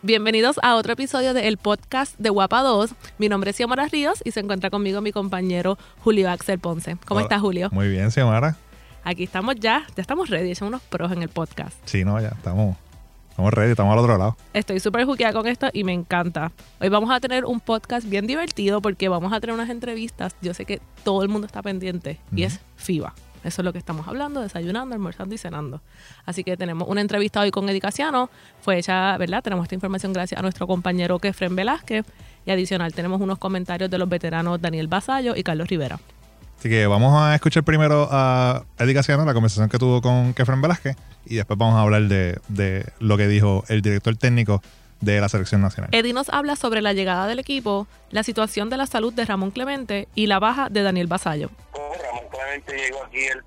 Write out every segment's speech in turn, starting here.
Bienvenidos a otro episodio del podcast de Guapa 2. Mi nombre es Xiomara Ríos y se encuentra conmigo mi compañero Julio Axel Ponce. ¿Cómo estás, Julio? Muy bien, Xiomara. Aquí estamos ya estamos ready, somos unos pros en el podcast. Sí, no, ya estamos ready, estamos al otro lado. Estoy súper juqueada con esto y me encanta. Hoy vamos a tener un podcast bien divertido porque vamos a tener unas entrevistas. Yo sé que todo el mundo está pendiente y es FIBA. Eso es lo que estamos hablando, desayunando, almorzando y cenando. Así que tenemos una entrevista hoy con Eddie Casiano. Fue hecha, ¿verdad? Tenemos esta información gracias a nuestro compañero Kefren Velázquez. Y adicional, tenemos unos comentarios de los veteranos Daniel Basallo y Carlos Rivera. Así que vamos a escuchar primero a Eddie Casiano, la conversación que tuvo con Kefren Velázquez. Y después vamos a hablar de lo que dijo el director técnico de la selección nacional. Eddie nos habla sobre la llegada del equipo, la situación de la salud de Ramón Clemente y la baja de Daniel Basallo. Ramón Clemente llegó aquí el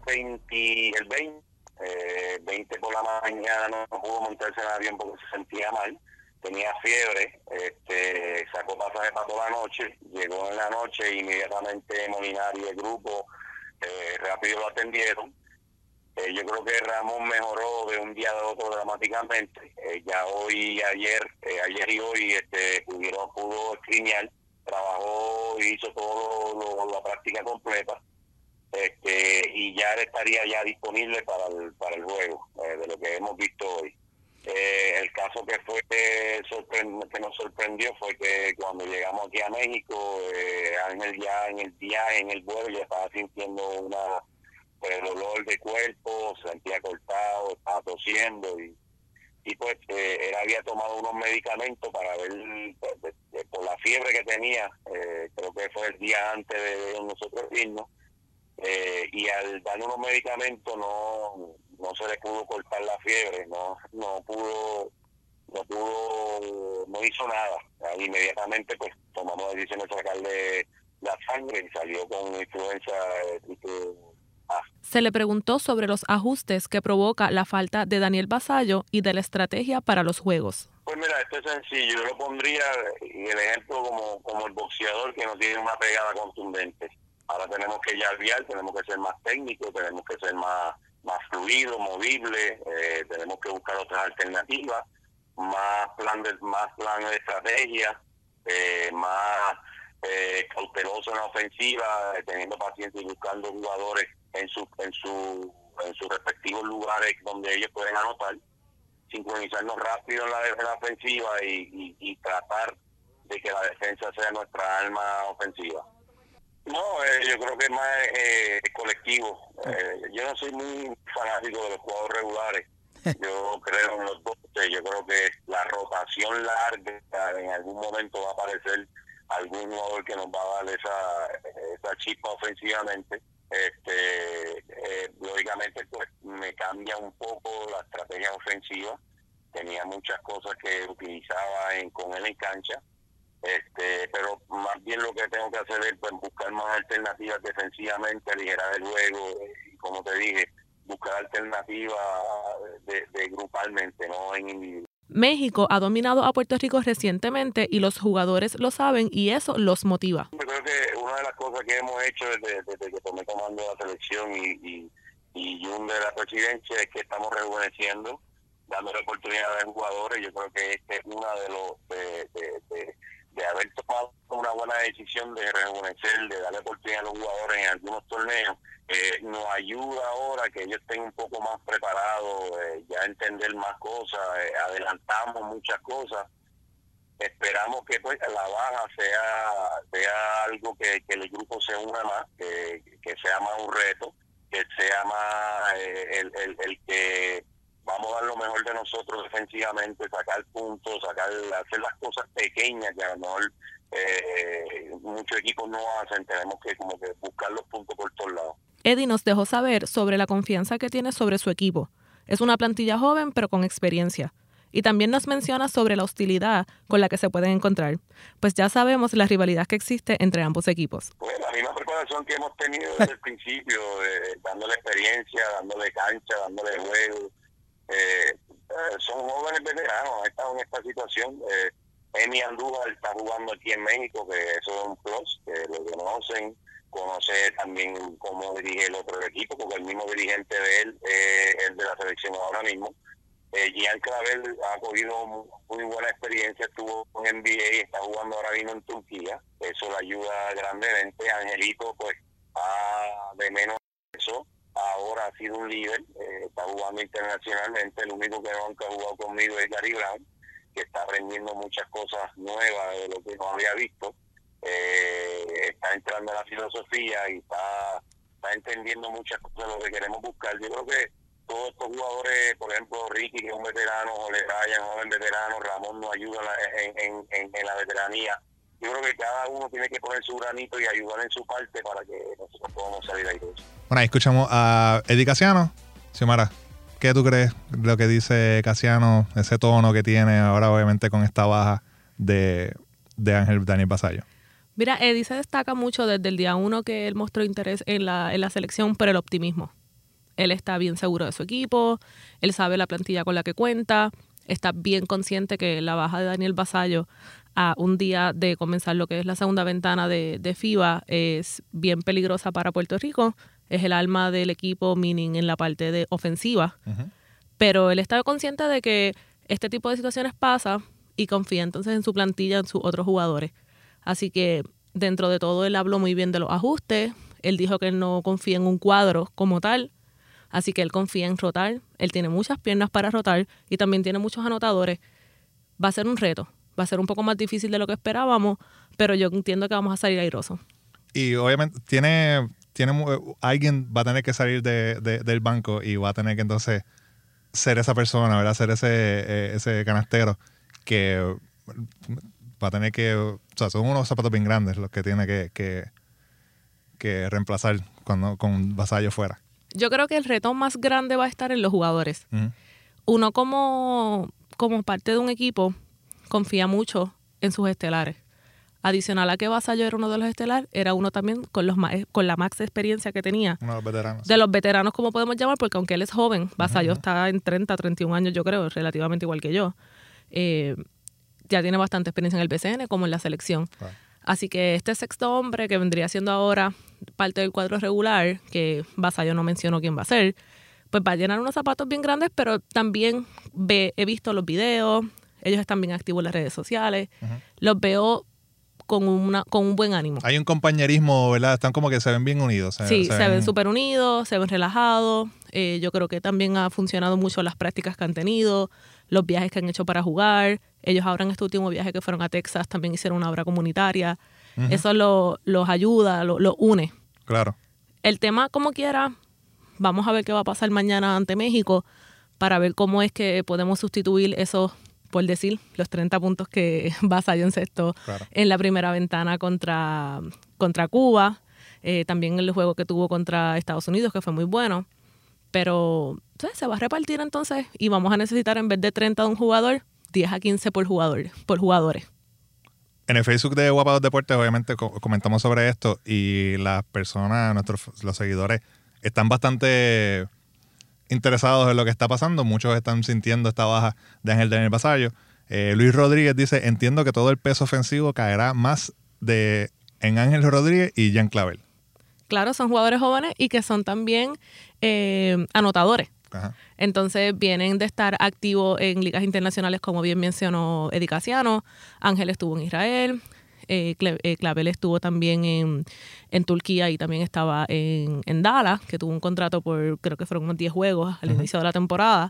20 por la mañana, no pudo montarse en el avión porque se sentía mal, tenía fiebre, sacó pasaje para toda la noche, llegó en la noche e inmediatamente Molinari y el grupo rápido lo atendieron. Yo creo que Ramón mejoró de un día a otro dramáticamente. Ya hoy, ayer y hoy pudo escriñar, trabajó y hizo todo la práctica completa. Y ya él estaría ya disponible para el juego, de lo que hemos visto hoy. El caso que que nos sorprendió fue que cuando llegamos aquí a México, Ángel ya en el vuelo ya estaba sintiendo el dolor de cuerpo, se sentía cortado, estaba tosiendo y pues él había tomado unos medicamentos para ver por la fiebre que tenía, creo que fue el día antes de nosotros irnos, y al darle unos medicamentos no se le pudo cortar la fiebre, no hizo nada. Inmediatamente pues tomamos la decisión de sacarle la sangre y salió con influenza tipo A. Se le preguntó sobre los ajustes que provoca la falta de Daniel Basallo y de la estrategia para los juegos. Pues mira, esto es sencillo. Yo lo pondría el ejemplo como el boxeador que no tiene una pegada contundente. Ahora tenemos que llavear, tenemos que ser más técnicos, tenemos que ser más fluidos, movibles, tenemos que buscar otras alternativas, más plan de estrategia, más cauteloso en la ofensiva, teniendo paciencia y buscando jugadores en sus respectivos lugares donde ellos pueden anotar, sincronizarnos rápido en la ofensiva y tratar de que la defensa sea nuestra arma ofensiva. No, yo creo que es más colectivo. Yo no soy muy fanático de los jugadores regulares. Yo creo en los 12. Yo creo que la rotación larga en algún momento va a aparecer algún jugador que nos va a dar esa chispa ofensivamente. Lógicamente pues me cambia un poco la estrategia ofensiva. Tenía muchas cosas que utilizaba con él en cancha. Pero más bien lo que tengo que hacer es pues, buscar más alternativas defensivamente, aligerar el juego y como te dije, buscar alternativas de grupalmente, no en individual. México ha dominado a Puerto Rico recientemente y los jugadores lo saben y eso los motiva. Yo creo que una de las cosas que hemos hecho desde que tomé comando de la selección y Jun de la presidencia es que estamos rejuveneciendo, dándole oportunidades a los jugadores. Yo creo que este es una de haber tomado una buena decisión de rejuvenecer, de darle oportunidad a los jugadores en algunos torneos, nos ayuda ahora que ellos estén un poco más preparados, ya entender más cosas, adelantamos muchas cosas. Esperamos que pues la baja sea algo que el grupo se una más, que sea más un reto, que sea más el que vamos a dar lo mejor de nosotros defensivamente, sacar puntos, hacer las cosas pequeñas que a lo mejor muchos equipos no hacen. Tenemos que como que buscar los puntos por todos lados. Eddie nos dejó saber sobre la confianza que tiene sobre su equipo. Es una plantilla joven pero con experiencia. Y también nos menciona sobre la hostilidad con la que se pueden encontrar. Pues ya sabemos la rivalidad que existe entre ambos equipos. Pues la misma preparación que hemos tenido desde el principio, dándole experiencia, dándole cancha, dándole juego. Son jóvenes veteranos, han estado en esta situación. Emi Andújar está jugando aquí en México, que eso es un plus, que lo conocen, conoce también cómo dirige el otro equipo, porque el mismo dirigente de él es el de la selección ahora mismo. Gian Clavel ha cogido muy buena experiencia, estuvo en NBA, está jugando ahora mismo en Turquía, eso le ayuda grandemente. Angelito pues de menos eso, ahora ha sido un líder, está jugando internacionalmente. El único que nunca ha jugado conmigo es Gary Brown, que está aprendiendo muchas cosas nuevas de lo que no había visto. Está entrando en la filosofía y está entendiendo muchas cosas de lo que queremos buscar. Yo creo que todos estos jugadores, por ejemplo, Ricky, que es un veterano, Ole Ryan, joven veterano, Ramón nos ayuda en la veteranía. Yo creo que cada uno tiene que poner su granito y ayudar en su parte para que nosotros podamos salir ahí de eso. Bueno, ahí escuchamos a Eddie Casiano. Xiomara, ¿qué tú crees de lo que dice Casiano, ese tono que tiene ahora obviamente con esta baja de Ángel Daniel Basallo? Mira, Eddie se destaca mucho desde el día 1 que él mostró interés en la selección por el optimismo. Él está bien seguro de su equipo, él sabe la plantilla con la que cuenta, está bien consciente que la baja de Daniel Basallo a un día de comenzar lo que es la segunda ventana de FIBA es bien peligrosa para Puerto Rico. Es el alma del equipo, meaning en la parte de ofensiva. Uh-huh. Pero él está consciente de que este tipo de situaciones pasa y confía entonces en su plantilla, en sus otros jugadores. Así que dentro de todo él habló muy bien de los ajustes. Él dijo que él no confía en un cuadro como tal. Así que él confía en rotar. Él tiene muchas piernas para rotar y también tiene muchos anotadores. Va a ser un reto. Va a ser un poco más difícil de lo que esperábamos, pero yo entiendo que vamos a salir airosos. Y obviamente alguien va a tener que salir del banco y va a tener que entonces ser esa persona, ¿verdad? Ser ese canastero que va a tener que... O sea, son unos zapatos bien grandes los que tiene que reemplazar con Basallo fuera. Yo creo que el reto más grande va a estar en los jugadores. Uh-huh. Uno como parte de un equipo confía mucho en sus estelares. Adicional a que Basallo era uno de los estelares, era uno también con la max experiencia que tenía. Uno de los veteranos. De los veteranos, como podemos llamar, porque aunque él es joven, Basallo está en 30, 31 años, yo creo, relativamente igual que yo. Ya tiene bastante experiencia en el BCN como en la selección. Wow. Así que este sexto hombre que vendría siendo ahora parte del cuadro regular, que Basallo no mencionó quién va a ser, pues va a llenar unos zapatos bien grandes, pero también he visto los videos, ellos están bien activos en las redes sociales, uh-huh. Los veo con un buen ánimo. Hay un compañerismo, ¿verdad? Están como que se ven bien unidos. Se ven súper unidos, se ven relajados. Yo creo que también ha funcionado mucho las prácticas que han tenido, los viajes que han hecho para jugar. Ellos ahora en este último viaje que fueron a Texas también hicieron una obra comunitaria. Uh-huh. Eso los ayuda, los une. Claro. El tema, como quiera, vamos a ver qué va a pasar mañana ante México para ver cómo es que podemos sustituir esos, por decir, los 30 puntos que Basallo encestó en la primera ventana contra Cuba. También el juego que tuvo contra Estados Unidos, que fue muy bueno. Pero se va a repartir entonces y vamos a necesitar, en vez de 30 de un jugador, 10 a 15 por jugadores. En el Facebook de Guapados Deportes obviamente comentamos sobre esto y las personas, los seguidores, están bastante interesados en lo que está pasando. Muchos están sintiendo esta baja de Ángel Daniel Basallo. Luis Rodríguez dice, entiendo que todo el peso ofensivo caerá más en Ángel Rodríguez y Gian Clavel. Claro, son jugadores jóvenes y que son también anotadores. Ajá. Entonces vienen de estar activos en ligas internacionales, como bien mencionó Eddie Casiano. Ángel estuvo en Israel, Clavel estuvo también en Turquía y también estaba en Dallas, que tuvo un contrato por, creo que fueron unos 10 juegos al inicio de la temporada.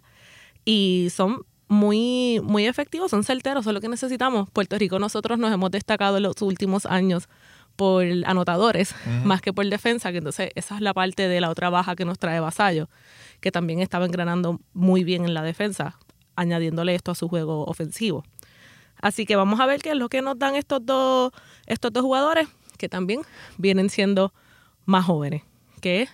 Y son muy, muy efectivos, son certeros, son lo que necesitamos. Puerto Rico, nosotros nos hemos destacado en los últimos años por anotadores, más que por defensa, que entonces esa es la parte de la otra baja que nos trae Basallo, que también estaba engranando muy bien en la defensa, añadiéndole esto a su juego ofensivo. Así que vamos a ver qué es lo que nos dan estos dos jugadores, que también vienen siendo más jóvenes, que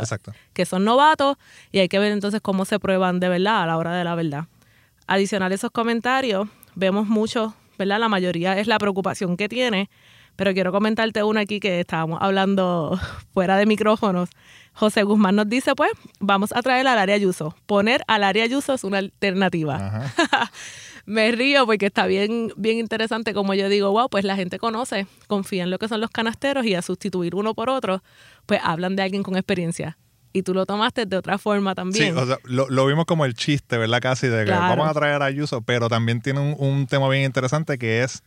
son novatos, y hay que ver entonces cómo se prueban de verdad a la hora de la verdad. Adicional a esos comentarios, vemos mucho, ¿verdad? La mayoría es la preocupación que tiene, pero quiero comentarte una aquí que estábamos hablando fuera de micrófonos. José Guzmán nos dice, pues, vamos a traer a Larry Ayuso. Poner a Larry Ayuso es una alternativa. Me río porque está bien interesante, como yo digo, wow, pues la gente conoce, confía en lo que son los canasteros y a sustituir uno por otro, pues hablan de alguien con experiencia. y tú lo tomaste de otra forma también. Sí, o sea, lo vimos como el chiste, ¿verdad? Casi de que Claro. vamos a traer a Ayuso, pero también tiene un tema bien interesante que es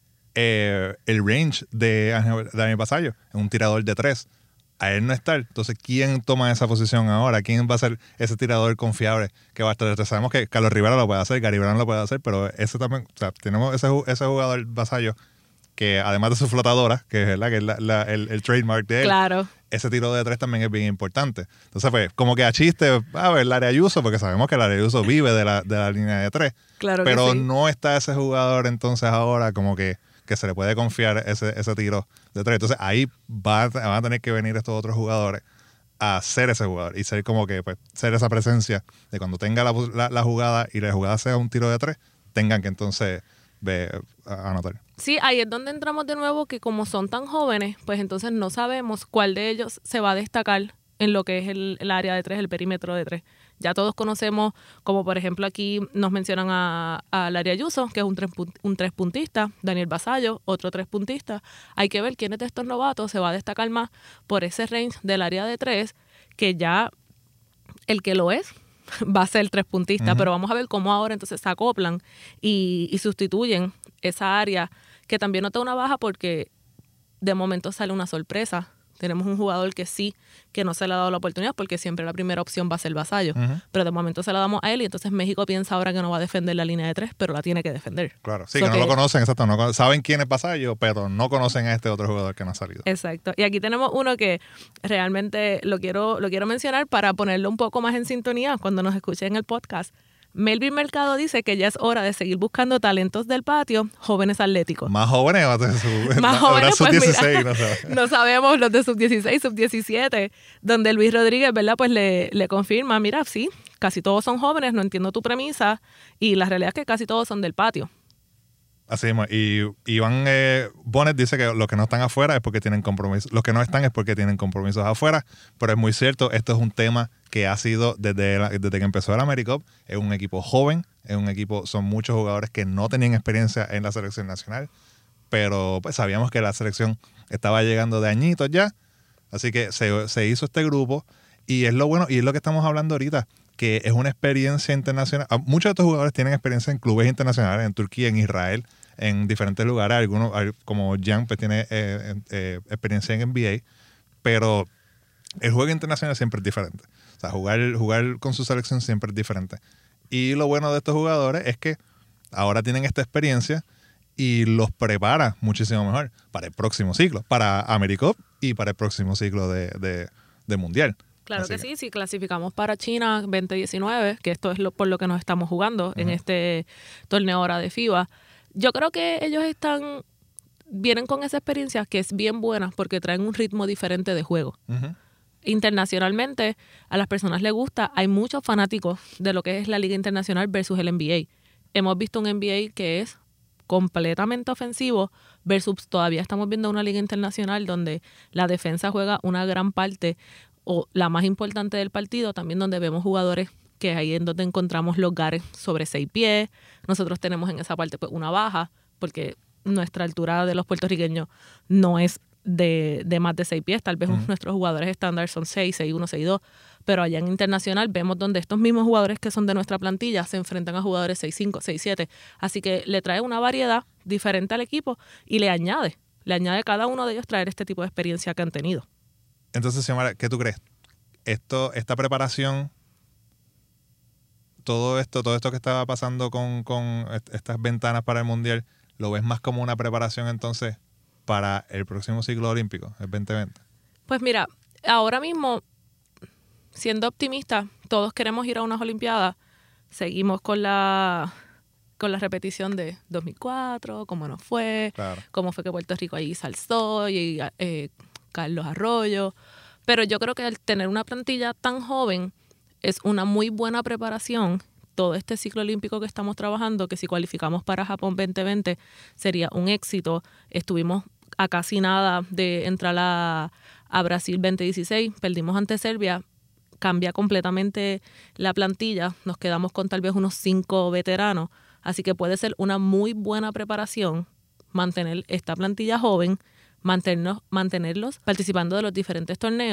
el range de Daniel Vasallo. Es un tirador de 3. A él no estar, entonces, ¿quién toma esa posición ahora? ¿Quién va a ser ese tirador confiable que va a estar? Sabemos que Carlos Rivera lo puede hacer, Gary Brown lo puede hacer, pero ese también, o sea, tenemos ese jugador Vasallo que además de su flotadora, que es, ¿verdad? Que es el trademark de él, Claro. ese tiro de 3 también es bien importante. Entonces, pues, como que a chiste, a ver, Larry Ayuso, porque sabemos que Larry Ayuso vive de la línea de 3, Claro que pero sí. no está ese jugador entonces ahora como que se le puede confiar ese tiro de 3. Entonces ahí van a tener que venir estos otros jugadores a ser ese jugador y ser como que, pues, ser esa presencia de cuando tenga la jugada y la jugada sea un tiro de 3, tengan que entonces anotar. Sí, ahí es donde entramos de nuevo, que como son tan jóvenes, pues entonces no sabemos cuál de ellos se va a destacar en lo que es el área de 3, el perímetro de 3. Ya todos conocemos, como por ejemplo aquí nos mencionan a Larry Ayuso, que es un 3-puntista, Daniel Vasallo, otro 3-puntista. Hay que ver quiénes de estos novatos se va a destacar más por ese range del área de 3, que ya el que lo es va a ser el 3-puntista, pero vamos a ver cómo ahora entonces se acoplan y sustituyen esa área, que también nota una baja porque de momento sale una sorpresa. Tenemos un jugador que no se le ha dado la oportunidad porque siempre la primera opción va a ser Vasallo. Pero de momento se la damos a él y entonces México piensa ahora que no va a defender la línea de 3, pero la tiene que defender. Claro, sí, que no lo conocen, exacto. No, saben quién es Vasallo, pero no conocen a este otro jugador que no ha salido. Exacto. Y aquí tenemos uno que realmente lo quiero mencionar para ponerlo un poco más en sintonía cuando nos escuchen en el podcast. Melvin Mercado dice que ya es hora de seguir buscando talentos del patio, jóvenes atléticos. Más jóvenes o más jóvenes, pues sub-16, mira, no sé. no sabemos los de sub-16, sub-17, donde Luis Rodríguez, ¿verdad? Pues le confirma, mira, sí, casi todos son jóvenes, no entiendo tu premisa, y la realidad es que casi todos son del patio. Así mismo. Y Iván Bonet dice que los que no están afuera es porque tienen compromisos. Los que no están es porque tienen compromisos afuera. Pero es muy cierto, esto es un tema que ha sido desde que empezó el AmeriCup. Es un equipo joven, son muchos jugadores que no tenían experiencia en la selección nacional. Pero pues sabíamos que la selección estaba llegando de añitos ya. Así que se hizo este grupo. Y es lo bueno, y es lo que estamos hablando ahorita, que es una experiencia internacional. Muchos de estos jugadores tienen experiencia en clubes internacionales, en Turquía, en Israel, en diferentes lugares. Algunos, como Jan, pues tiene experiencia en NBA, pero el juego internacional siempre es diferente. O sea, jugar con su selección siempre es diferente. Y lo bueno de estos jugadores es que ahora tienen esta experiencia y los prepara muchísimo mejor para el próximo ciclo, para AmeriCup y para el próximo ciclo de Mundial. Claro que sí, si clasificamos para China 2019, que esto es por lo que nos estamos jugando en este torneo ahora de FIBA, yo creo que ellos vienen con esa experiencia que es bien buena porque traen un ritmo diferente de juego. Internacionalmente, a las personas les gusta, hay muchos fanáticos de lo que es la Liga Internacional versus el NBA. Hemos visto un NBA que es completamente ofensivo versus todavía estamos viendo una Liga Internacional donde la defensa juega una gran parte o la más importante del partido, también donde vemos jugadores que ahí es donde encontramos los guards sobre 6 pies. Nosotros tenemos en esa parte pues una baja, porque nuestra altura de los puertorriqueños no es de más de 6 pies. Tal vez nuestros jugadores estándar son 6, 6'1", 6'2", pero allá en internacional vemos donde estos mismos jugadores que son de nuestra plantilla se enfrentan a jugadores 6'5", 6'7". Así que le trae una variedad diferente al equipo y le añade a cada uno de ellos traer este tipo de experiencia que han tenido. Entonces, Xiomara, ¿qué tú crees? Esta preparación, todo esto que estaba pasando con estas ventanas para el Mundial, ¿lo ves más como una preparación entonces para el próximo ciclo olímpico, el 2020? Pues mira, ahora mismo, siendo optimista, todos queremos ir a unas Olimpiadas. Seguimos con la repetición de 2004, cómo nos fue, Claro. cómo fue que Puerto Rico allí se alzó y Carlos Arroyo. Pero yo creo que al tener una plantilla tan joven es una muy buena preparación. Todo este ciclo olímpico que estamos trabajando, que si cualificamos para Japón 2020 sería un éxito. Estuvimos a casi nada de entrar a Brasil 2016, perdimos ante Serbia, cambia completamente la plantilla, nos quedamos con tal vez unos 5 veteranos, así que puede ser una muy buena preparación mantener esta plantilla joven, mantenerlos participando de los diferentes torneos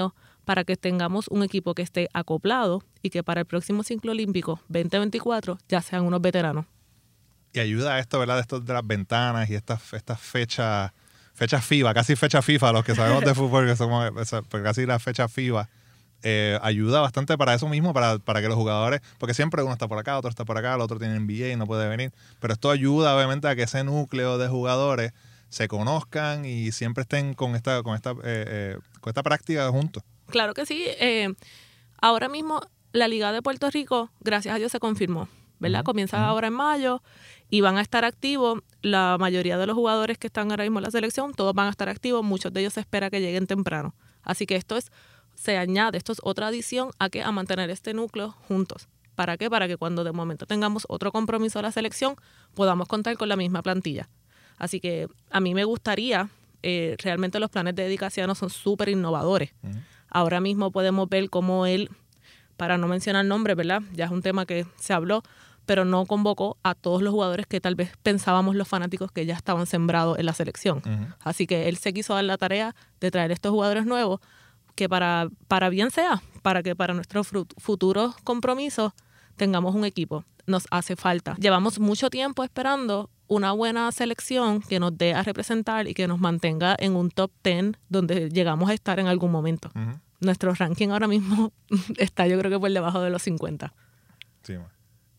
para que tengamos un equipo que esté acoplado y que para el próximo ciclo olímpico 2024 ya sean unos veteranos. Y ayuda a esto, ¿verdad? De las ventanas y estas fechas FIBA, casi fecha FIFA, los que sabemos de fútbol, que somos casi la fecha FIBA, ayuda bastante para eso mismo, para que los jugadores, porque siempre uno está por acá, otro está por acá, el otro tiene NBA y no puede venir, pero esto ayuda obviamente a que ese núcleo de jugadores se conozcan y siempre estén con esta práctica juntos. Claro que sí. Ahora mismo la Liga de Puerto Rico, gracias a Dios, se confirmó, ¿verdad? Comienza ahora en mayo y van a estar activos. La mayoría de los jugadores que están ahora mismo en la selección, todos van a estar activos. Muchos de ellos se espera que lleguen temprano. Así que esto es otra adición a mantener este núcleo juntos. ¿Para qué? Para que cuando de momento tengamos otro compromiso de la selección, podamos contar con la misma plantilla. Así que a mí me gustaría, realmente los planes de Dicasiano son súper innovadores. Ahora mismo podemos ver cómo él, para no mencionar nombres, ¿verdad? Ya es un tema que se habló, pero no convocó a todos los jugadores que tal vez pensábamos los fanáticos que ya estaban sembrados en la selección. Así que él se quiso dar la tarea de traer estos jugadores nuevos que para bien sea, para que para nuestros futuros compromisos tengamos un equipo. Nos hace falta. Llevamos mucho tiempo esperando una buena selección que nos dé a representar y que nos mantenga en un top 10 donde llegamos a estar en algún momento. Nuestro ranking ahora mismo está, yo creo que por debajo de los 50. Sí, man.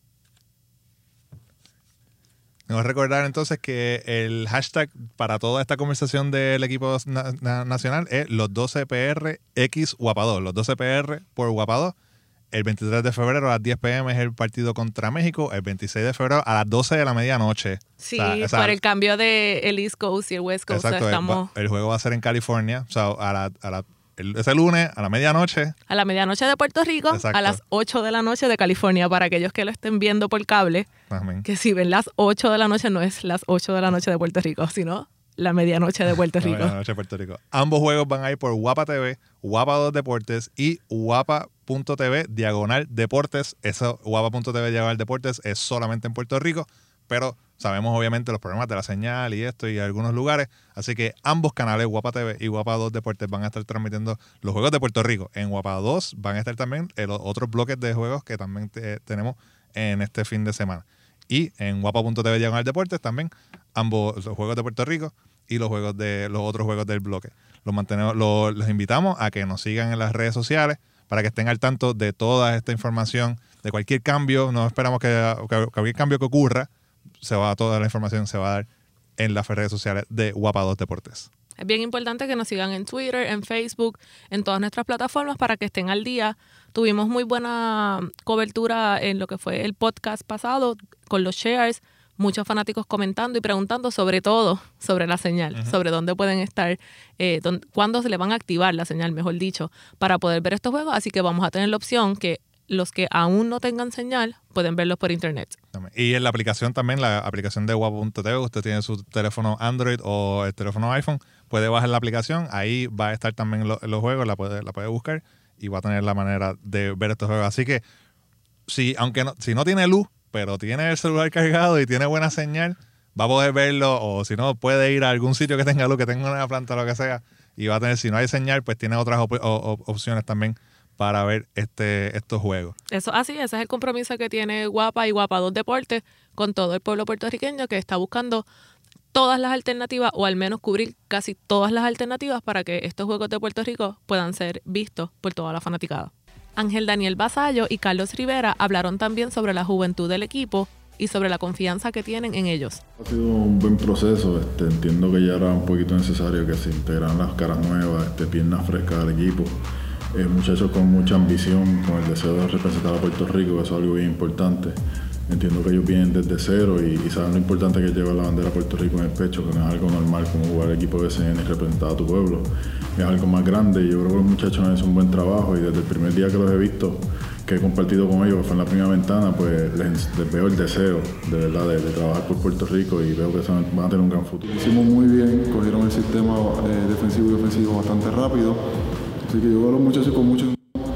Vamos a recordar entonces que el hashtag para toda esta conversación del equipo nacional es los 12PRX Guapa2, los 12PR por Guapa2. El 23 de febrero a las 10 p.m. es el partido contra México. El 26 de febrero a las 12 de la medianoche. Sí, por el cambio de el East Coast y el West Coast. Exacto, estamos... el juego va a ser en California. O sea, ese lunes a la medianoche. A la medianoche de Puerto Rico, exacto, a las 8 de la noche de California. Para aquellos que lo estén viendo por cable, amén, que si ven las 8 de la noche, no es las 8 de la noche de Puerto Rico, sino la medianoche de Puerto Rico. La medianoche de Puerto Rico. Ambos juegos van a ir por Guapa TV, Guapa 2 Deportes y Guapa.tv/Deportes. Eso, Guapa.tv/Deportes es solamente en Puerto Rico, pero sabemos obviamente los problemas de la señal y esto y algunos lugares, así que ambos canales, Guapa TV y Guapa 2 Deportes, van a estar transmitiendo los juegos de Puerto Rico. En Guapa 2 van a estar también los otros bloques de juegos que también tenemos en este fin de semana. Y en Guapa.tv/Deportes también ambos los juegos de Puerto Rico y los juegos de los otros juegos del bloque. Los invitamos a que nos sigan en las redes sociales para que estén al tanto de toda esta información, de cualquier cambio. No esperamos que cualquier cambio que ocurra, toda la información se va a dar en las redes sociales de Guapa 2 Deportes. Es bien importante que nos sigan en Twitter, en Facebook, en todas nuestras plataformas para que estén al día. Tuvimos muy buena cobertura en lo que fue el podcast pasado con los shares, muchos fanáticos comentando y preguntando sobre todo sobre la señal, sobre dónde pueden estar, cuándo se le van a activar la señal, mejor dicho, para poder ver estos juegos. Así que vamos a tener la opción que los que aún no tengan señal pueden verlos por internet. Y en la aplicación también, la aplicación de Guapa.tv, usted tiene su teléfono Android o el teléfono iPhone, puede bajar la aplicación, ahí va a estar también los juegos, la puede buscar y va a tener la manera de ver estos juegos. Así que si no tiene luz, pero tiene el celular cargado y tiene buena señal, va a poder verlo, o si no, puede ir a algún sitio que tenga luz, que tenga una planta o lo que sea, y va a tener, si no hay señal, pues tiene otras opciones también para ver estos juegos. Eso así, ese es el compromiso que tiene Guapa y Guapa 2 Deportes con todo el pueblo puertorriqueño que está buscando todas las alternativas, o al menos cubrir casi todas las alternativas para que estos Juegos de Puerto Rico puedan ser vistos por toda la fanaticada. Ángel Daniel Basallo y Carlos Rivera hablaron también sobre la juventud del equipo y sobre la confianza que tienen en ellos. Ha sido un buen proceso. Entiendo que ya era un poquito necesario que se integraran las caras nuevas, piernas frescas al equipo. Muchachos con mucha ambición, con el deseo de representar a Puerto Rico, eso es algo bien importante. Entiendo que ellos vienen desde cero y saben lo importante que es llevar la bandera de Puerto Rico en el pecho, que no es algo normal como jugar el equipo de SN y representar a tu pueblo. Es algo más grande y yo creo que los muchachos han hecho un buen trabajo y desde el primer día que los he visto, que he compartido con ellos, que fue en la primera ventana, pues les veo el deseo de verdad de trabajar por Puerto Rico y veo que van a tener un gran futuro. Hicimos muy bien, cogieron el sistema defensivo y ofensivo bastante rápido. Así que yo veo a los muchachos con mucho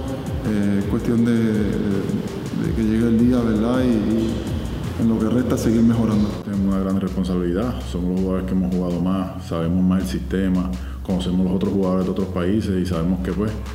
cuestión de que llegue el día, ¿verdad? Y en lo que resta seguir mejorando. Tenemos una gran responsabilidad, somos los jugadores que hemos jugado más, sabemos más el sistema, conocemos los otros jugadores de otros países y sabemos que pues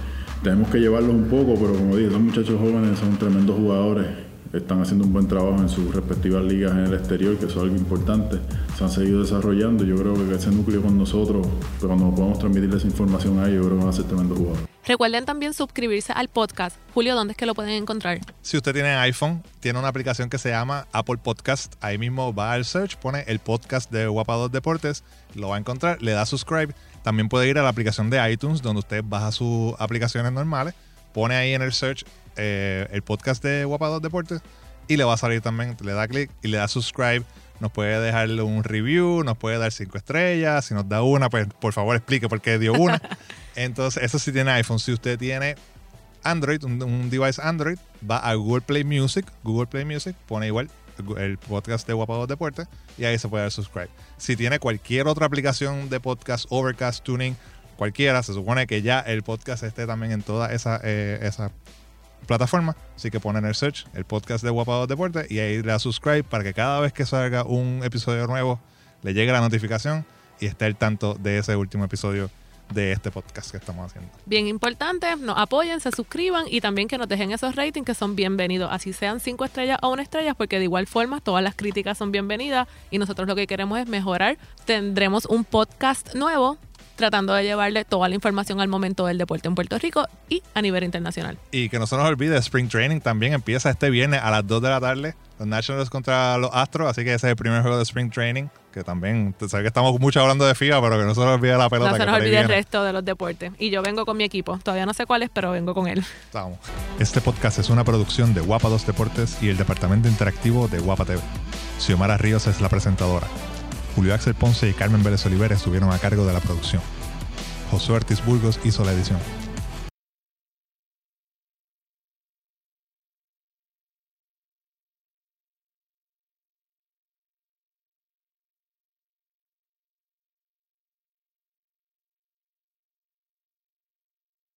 tenemos que llevarlos un poco, pero como dije, esos muchachos jóvenes son tremendos jugadores, están haciendo un buen trabajo en sus respectivas ligas en el exterior, que eso es algo importante, se han seguido desarrollando. Yo creo que ese núcleo con nosotros, pero cuando podamos transmitirles esa información a ellos, yo creo que van a ser tremendos jugadores. Recuerden también suscribirse al podcast. Julio, ¿dónde es que lo pueden encontrar? Si usted tiene iPhone, tiene una aplicación que se llama Apple Podcast. Ahí mismo va al search, pone el podcast de Guapa 2 Deportes, lo va a encontrar, le da subscribe. También puede ir a la aplicación de iTunes, donde usted baja sus aplicaciones normales, pone ahí en el search el podcast de Guapa 2 Deportes y le va a salir también, le da clic y le da subscribe. Nos puede dejarle un review, nos puede dar 5 estrellas. Si nos da una, pues por favor explique por qué dio una. Entonces, eso sí tiene iPhone. Si usted tiene Android, un device Android, va a Google Play Music, pone igual el podcast de Guapa 2 Deportes y ahí se puede dar subscribe. Si tiene cualquier otra aplicación de podcast, Overcast, Tuning, cualquiera, se supone que ya el podcast esté también en toda esa plataforma, así que ponen en el search el podcast de Guapa 2 Deportes y ahí le da subscribe para que cada vez que salga un episodio nuevo le llegue la notificación y esté al tanto de ese último episodio de este podcast que estamos haciendo. Bien importante, nos apoyen, se suscriban y también que nos dejen esos ratings que son bienvenidos, así sean 5 estrellas o 1 estrella, porque de igual forma todas las críticas son bienvenidas y nosotros lo que queremos es mejorar. Tendremos un podcast nuevo tratando de llevarle toda la información al momento del deporte en Puerto Rico y a nivel internacional. Y que no se nos olvide, Spring Training también empieza este viernes a las 2 de la tarde, los Nationals contra los Astros, así que ese es el primer juego de Spring Training, que también, sabes que estamos mucho hablando de FIBA, pero que no se nos olvide la pelota. No se que nos olvide el viene. resto de los deportes. Y yo vengo con mi equipo, todavía no sé cuál es, pero vengo con él. Vamos. Este podcast es una producción de Guapa 2 Deportes y el departamento interactivo de Guapa TV. Xiomara Ríos es la presentadora. Julio Axel Ponce y Carmen Vélez Oliver estuvieron a cargo de la producción. Josué Ortiz Burgos hizo la edición.